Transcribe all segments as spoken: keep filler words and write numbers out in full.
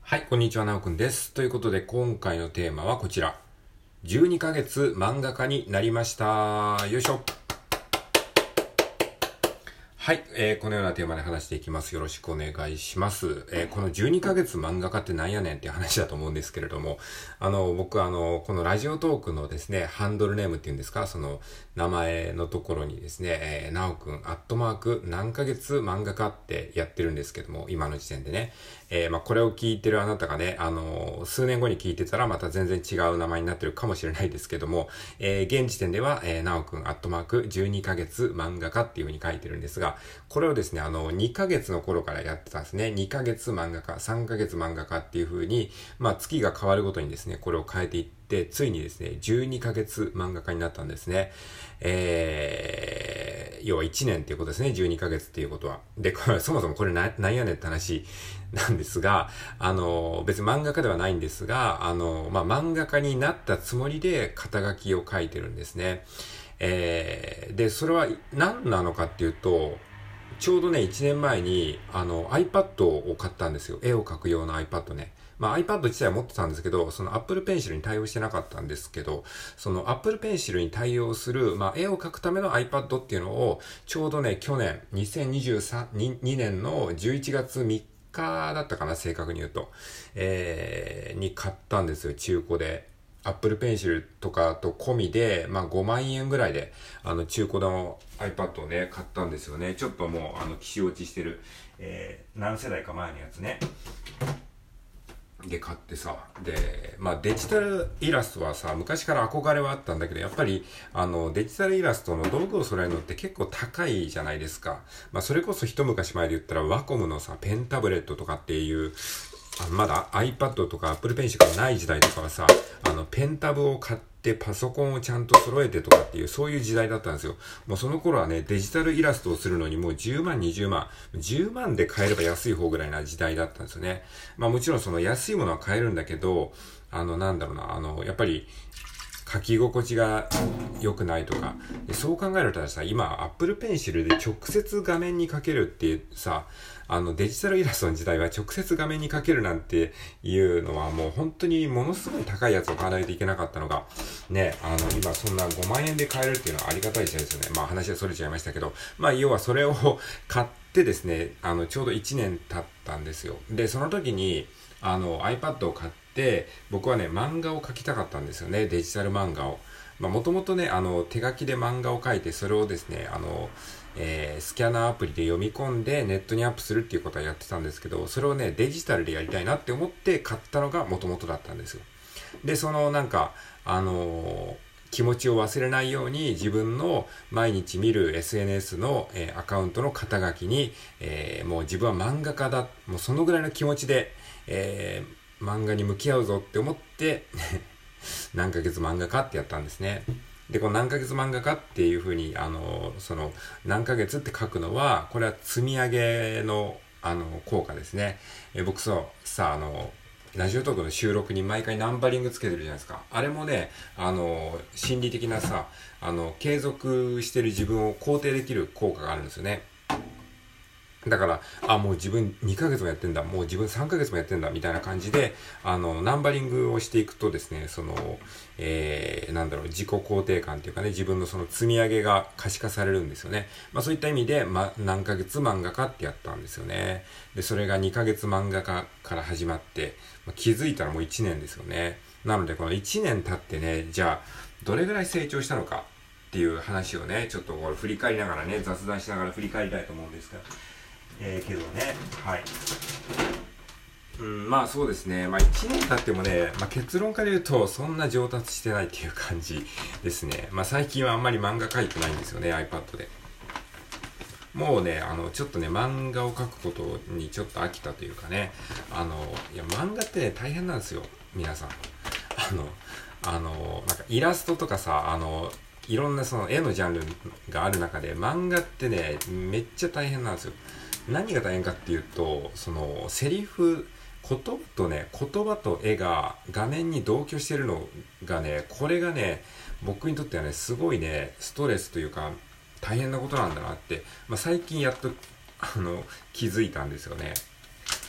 はい、こんにちは、なおくんです。ということで、今回のテーマはこちら。じゅうにかげつ漫画家になりました。よいしょ。はい、えー、このようなテーマで話していきます。よろしくお願いします。えー、このじゅうにかげつ漫画家ってなんやねんっていう話だと思うんですけれども、あの、僕あの、このラジオトークのですね、ハンドルネームっていうんですか、その、名前のところにですね、えー、なおくん、アットマーク、何ヶ月漫画家ってやってるんですけども、今の時点でね。えー、まあ、これを聞いてるあなたがね、あの、数年後に聞いてたらまた全然違う名前になってるかもしれないですけども、えー、現時点では、えー、なおくん、アットマーク、じゅうにかげつ漫画家っていう風に書いてるんですが、これをですね、あの、にかげつの頃からやってたんですね。にかげつ漫画家、さんかげつ漫画家っていう風に、まあ、月が変わるごとにですね、これを変えていって、ついにですね、じゅうにかげつ漫画家になったんですね。えー、要はいちねんっていうことですね、じゅうにかげつっていうことは。で、これそもそもこれな、なんやねんって話なんですが、あの、別に漫画家ではないんですが、あの、まあ、漫画家になったつもりで肩書きを書いてるんですね。えー、で、それは何なのかっていうと、ちょうどね、いちねんまえに、あの、iPad を買ったんですよ。絵を描く用の iPad ね。まあ iPad 自体は持ってたんですけど、その Apple Pencil に対応してなかったんですけど、その Apple Pencil に対応する、まあ絵を描くための iPad っていうのを、ちょうどね、去年、にせんにじゅうさん、にねんのじゅういちがつみっかだったかな、正確に言うと。えー、に買ったんですよ、中古で。Apple Pencil とかと込みで、まあごまんえんぐらいで、あの中古の iPad をね、買ったんですよね。ちょっともう、あの、気落ちしてる、えー、何世代か前のやつね。で、買ってさ。で、まあデジタルイラストはさ、昔から憧れはあったんだけど、やっぱり、あの、デジタルイラストの道具を揃えるのって結構高いじゃないですか。まあそれこそ一昔前で言ったら、ワコムのさ、ペンタブレットとかっていう、あまだ iPad とか Apple Pencil がない時代とかはさ、あの、ペンタブを買ってパソコンをちゃんと揃えてとかっていう、そういう時代だったんですよ。もうその頃はね、デジタルイラストをするのにもうじゅうまん、にじゅうまん、じゅうまんで買えれば安い方ぐらいな時代だったんですよね。まあもちろんその安いものは買えるんだけど、あの、なんだろうな、あの、やっぱり、書き心地が良くないとか。でそう考えるとさ、今、Apple Pencil で直接画面に書けるっていうさ、あのデジタルイラストの時代は直接画面に書けるなんていうのはもう本当にものすごい高いやつを買わないといけなかったのが、ね、あの、今そんなごまんえんで買えるっていうのはありがたい時代ですよね。まあ話はそれちゃいましたけど、まあ要はそれを買ってですね、あの、ちょうどいちねん経ったんですよ。で、その時に、あの、iPad を買って、で、僕はね、漫画を描きたかったんですよね。デジタル漫画を。まあ、もともとね、あの、手書きで漫画を描いて、それをですね、あの、えー、スキャナーアプリで読み込んでネットにアップするっていうことはやってたんですけど、それをね、デジタルでやりたいなって思って買ったのがもともとだったんですよ。で、そのなんか、あのー気持ちを忘れないように自分の毎日見る エスエヌエス の、えー、アカウントの肩書きに、えー、もう自分は漫画家だ、もうそのぐらいの気持ちで、えー、漫画に向き合うぞって思って何ヶ月漫画家ってやったんですね。で、この何ヶ月漫画家っていう風に、あの、その、何ヶ月って書くのは、これは積み上げの、あの、効果ですね。え僕そう、さ、あの、ラジオトークの収録に毎回ナンバリングつけてるじゃないですか。あれもね、あの、心理的なさ、あの、継続してる自分を肯定できる効果があるんですよね。だから、あ、もう自分にかげつもやってんだ、もう自分さんかげつもやってんだ、みたいな感じで、あの、ナンバリングをしていくとですね、その、えー、なんだろう、自己肯定感っていうかね、自分のその積み上げが可視化されるんですよね。まあそういった意味で、ま、何ヶ月漫画家ってやったんですよね。で、それがにかげつ漫画家から始まって、まあ、気づいたらもういちねんですよね。なので、このいちねん経ってね、じゃあ、どれぐらい成長したのかっていう話をね、ちょっとこれ振り返りながらね、雑談しながら振り返りたいと思うんですが、えー、けどね、はい。うん、まあそうですね。まあいちねん経ってもね、まあ結論から言うとそんな上達してないっていう感じですね。まあ最近はあんまり漫画描いてないんですよね、iPad で。もうね、あの、ちょっとね、漫画を描くことにちょっと飽きたというかね、あの、いや、漫画ってね、大変なんですよ、皆さん。あの、あの、なんかイラストとかさ、あの、いろんなその絵のジャンルがある中で、漫画ってね、めっちゃ大変なんですよ。何が大変かっていうと、そのセリフ、言葉とね、言葉と絵が画面に同居してるのがね、これがね、僕にとってはね、すごいね、ストレスというか、大変なことなんだなって、まあ、最近やっと、あの、気づいたんですよね。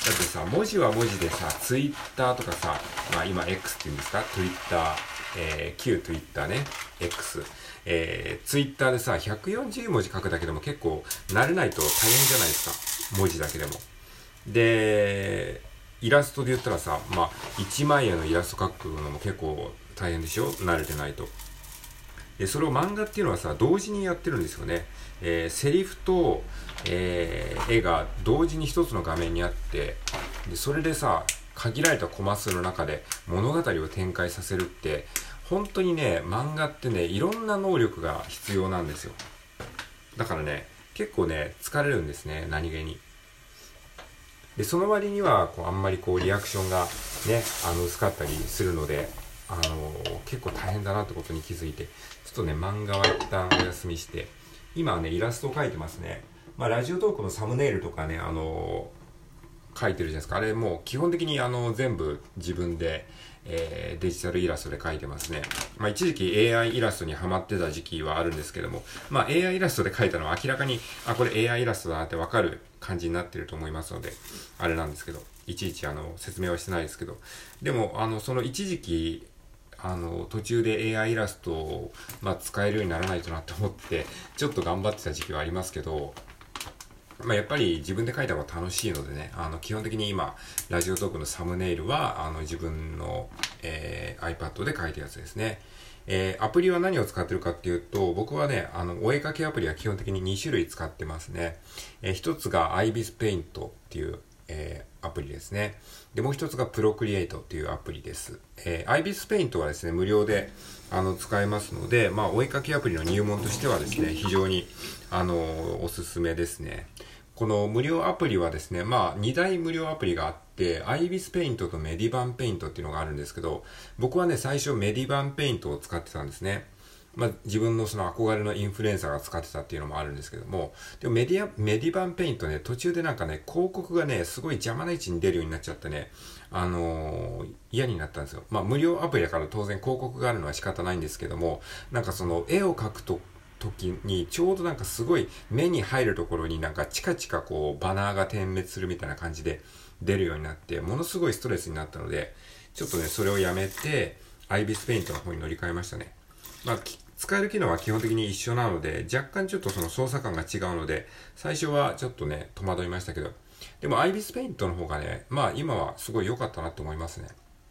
だってさ、文字は文字でさ、ツイッターとかさ、まあ今 X って言うんですか、ツイッター、えー、旧ツイッターね、X。えー、ツイッターでさ、ひゃくよんじゅうもじ書くだけでも結構慣れないと大変じゃないですか。文字だけでも。で、イラストで言ったらさ、まあ、いちまいえんのイラスト描くのも結構大変でしょ？慣れてないと。で、それを漫画っていうのはさ、同時にやってるんですよね。えー、セリフと、えー、絵が同時に一つの画面にあって、で、それでさ、限られたコマ数の中で物語を展開させるって、本当にね、漫画ってね、いろんな能力が必要なんですよ。だからね、結構ね、疲れるんですね、何気に。で、その割には、こう、あんまりこう、リアクションがね、あの、薄かったりするので、あのー、結構大変だなってことに気づいて、ちょっとね、漫画は一旦お休みして、今はね、イラストを描いてますね。まあ、ラジオトークのサムネイルとかね、あのー、描いてるじゃないですか。あれもう基本的にあの、全部自分で、えー、デジタルイラストで描いてますね。まあ、一時期 エーアイ イラストにハマってた時期はあるんですけども、まあ、エーアイ イラストで描いたのは明らかに、あ、これ エーアイ イラストだなってわかる感じになってると思いますので、あれなんですけど、いちいちあの、説明はしてないですけど、でも、あの、その一時期、あの、途中で エーアイ イラストを、まあ、使えるようにならないとなと思って、ちょっと頑張ってた時期はありますけど、まあ、やっぱり自分で書いた方が楽しいのでね、あの、基本的に今、ラジオトークのサムネイルは、あの、自分の、えー、iPad で書いたやつですね。えー、アプリは何を使ってるかっていうと、僕はね、あの、お絵かきアプリは基本的にに種類使ってますね。えー、一つが アイビス Paint っていう、えー、アプリですね。で、もう一つが Procreate っていうアプリです。えー、アイビス Paint はですね、無料で、あの、使えますので、まあ、お絵かきアプリの入門としてはですね、非常に、あの、おすすめですね。この無料アプリはですね、まあ、に大無料アプリがあって、アイビスペイントとメディバンペイントっていうのがあるんですけど、僕はね、最初メディバンペイントを使ってたんですね。まあ、自分のその憧れのインフルエンサーが使ってたっていうのもあるんですけども、でもメディア、メディバンペイントね、途中でなんかね、広告がね、すごい邪魔な位置に出るようになっちゃってね、あのー、嫌になったんですよ。まあ、無料アプリだから当然広告があるのは仕方ないんですけども、なんかその絵を描くと、時にちょうどなんかすごい目に入るところになんかチカチカこうバナーが点滅するみたいな感じで出るようになってものすごいストレスになったのでちょっとねそれをやめてアイビスペイントの方に乗り換えましたね。まあ使える機能は基本的に一緒なので若干ちょっとその操作感が違うので最初はちょっとね戸惑いましたけどでもアイビスペイントの方がねまあ今はすごい良かったなと思いますね。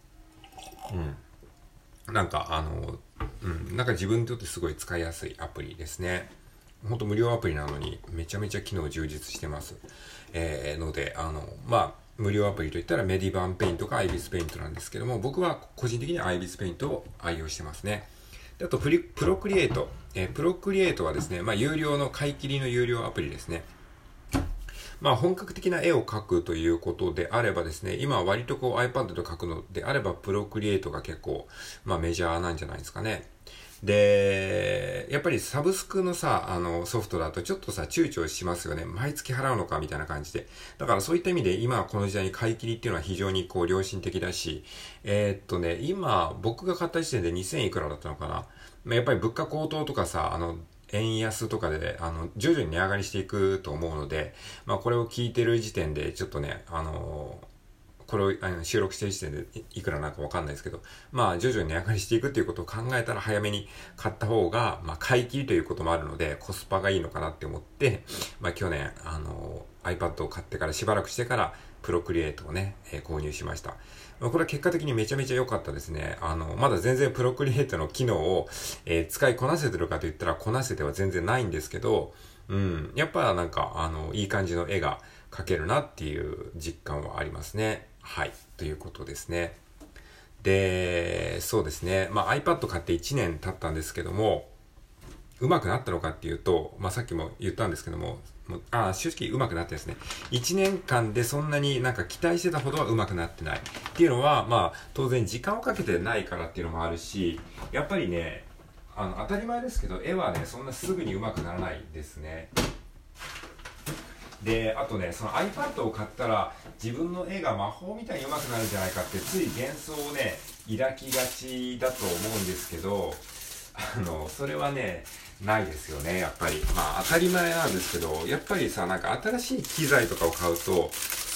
うんなんかあのうん、なんか自分にとってすごい使いやすいアプリですね。ほんと無料アプリなのにめちゃめちゃ機能充実してます。えー、ので、あの、まあ、無料アプリといったらメディバンペイントかアイビスペイントなんですけども、僕は個人的にアイビスペイントを愛用してますね。であとプリ、プロクリエイト。えー、プロクリエイトはですね、まあ、有料の買い切りの有料アプリですね。まあ本格的な絵を描くということであればですね、今は割とこう iPad で描くのであれば、プロクリエイトが結構、まあメジャーなんじゃないですかね。で、やっぱりサブスクのさ、あのソフトだとちょっとさ、躊躇しますよね。毎月払うのかみたいな感じで。だからそういった意味で今この時代に買い切りっていうのは非常にこう良心的だし、えー、っとね、今僕が買った時点でにせんいくらだったのかな。やっぱり物価高騰とかさ、あの、円安とかで、あの、徐々に値上がりしていくと思うので、まあこれを聞いてる時点で、ちょっとね、あのー、これをあの収録してる時点でいくらなんかわかんないですけど、まあ徐々に値上がりしていくっていうことを考えたら早めに買った方が、まあ買い切りということもあるので、コスパがいいのかなって思って、まあ去年、あのー、iPad を買ってからしばらくしてから、プロクリエイトをね、えー、購入しました。これは結果的にめちゃめちゃ良かったですね。あの、まだ全然プロクリエイトの機能を、えー、使いこなせてるかと言ったらこなせては全然ないんですけど、うん、やっぱなんか、あの、いい感じの絵が描けるなっていう実感はありますね。はい。ということですね。で、そうですね。まあ iPad 買っていちねん経ったんですけども、上手くなったのかっていうと、まあ、さっきも言ったんですけども、もうあ正直上手くなってですね。いちねんかんでそんなになんか期待してたほどは上手くなってない。っていうのは、まあ、当然時間をかけてないからっていうのもあるし、やっぱりね、あの、当たり前ですけど、絵はね、そんなすぐに上手くならないですね。で、あとね、その iPad を買ったら、自分の絵が魔法みたいに上手くなるんじゃないかって、つい幻想をね、抱きがちだと思うんですけど、あの、それはね、ないですよね、やっぱり。まあ当たり前なんですけど、やっぱりさ、なんか新しい機材とかを買うと、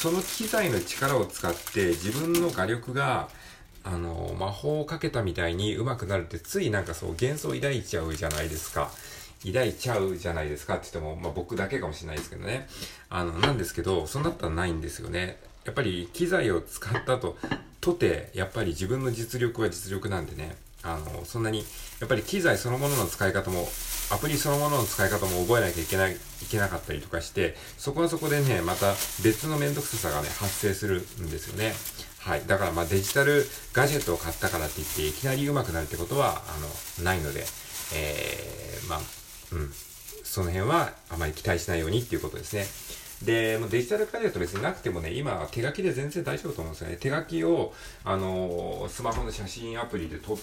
その機材の力を使って自分の画力があの魔法をかけたみたいに上手くなるって、ついなんかそう幻想を抱いちゃうじゃないですか。抱いちゃうじゃないですかって言っても、まあ僕だけかもしれないですけどね。あの、なんですけど、そんなったらないんですよね。やっぱり機材を使ったと、とて、やっぱり自分の実力は実力なんでね。あの、そんなに、やっぱり機材そのものの使い方も、アプリそのものの使い方も覚えなきゃいけない、いけなかったりとかして、そこはそこでね、また別のめんどくささがね、発生するんですよね。はい。だからまあデジタルガジェットを買ったからって言って、いきなり上手くなるってことは、あの、ないので、えー、まあ、うん。その辺はあまり期待しないようにっていうことですね。で、デジタルガジェット別になくてもね、今は手書きで全然大丈夫と思うんですよね。手書きを、あのー、スマホの写真アプリで撮って、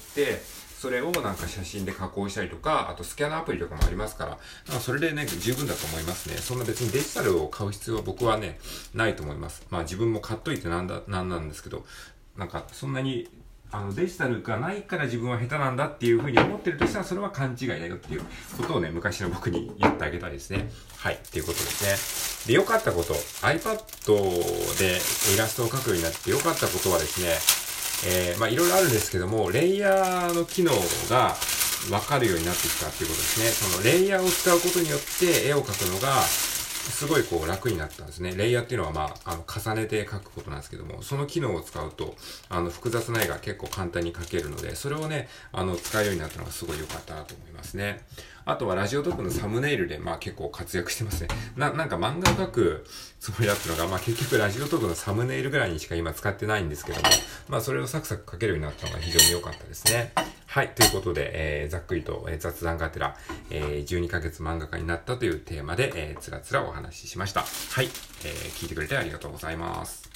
それをなんか写真で加工したりとか、あとスキャナーアプリとかもありますから、まあそれでね、十分だと思いますね。そんな別にデジタルを買う必要は僕はね、ないと思います。まあ自分も買っといてなんだ、なんなんですけど、なんかそんなに、あのデジタルがないから自分は下手なんだっていうふうに思ってるとしたら、それは勘違いだよっていうことをね、昔の僕に言ってあげたいですね。はい、っていうことですね。で、良かったこと、iPad でイラストを描くようになって良かったことはですね、えー、まあいろいろあるんですけども、レイヤーの機能がわかるようになってきたっていうことですね。そのレイヤーを使うことによって絵を描くのが、すごいこう楽になったんですね。レイヤーっていうのはまあ、あの、重ねて描くことなんですけども、その機能を使うと、あの、複雑な絵が結構簡単に描けるので、それをね、あの、使えるようになったのがすごい良かったなと思いますね。あとはラジオトークのサムネイルで、まあ結構活躍してますね。な、なんか漫画を描くつもりだったのが、まあ結局ラジオトークのサムネイルぐらいにしか今使ってないんですけども、まあそれをサクサク描けるようになったのが非常に良かったですね。はい。ということで、えー、ざっくりと、えー、雑談がてら、えー、じゅうにかげつ漫画家になったというテーマで、えー、つらつらお話ししました。はい。えー、聞いてくれてありがとうございます。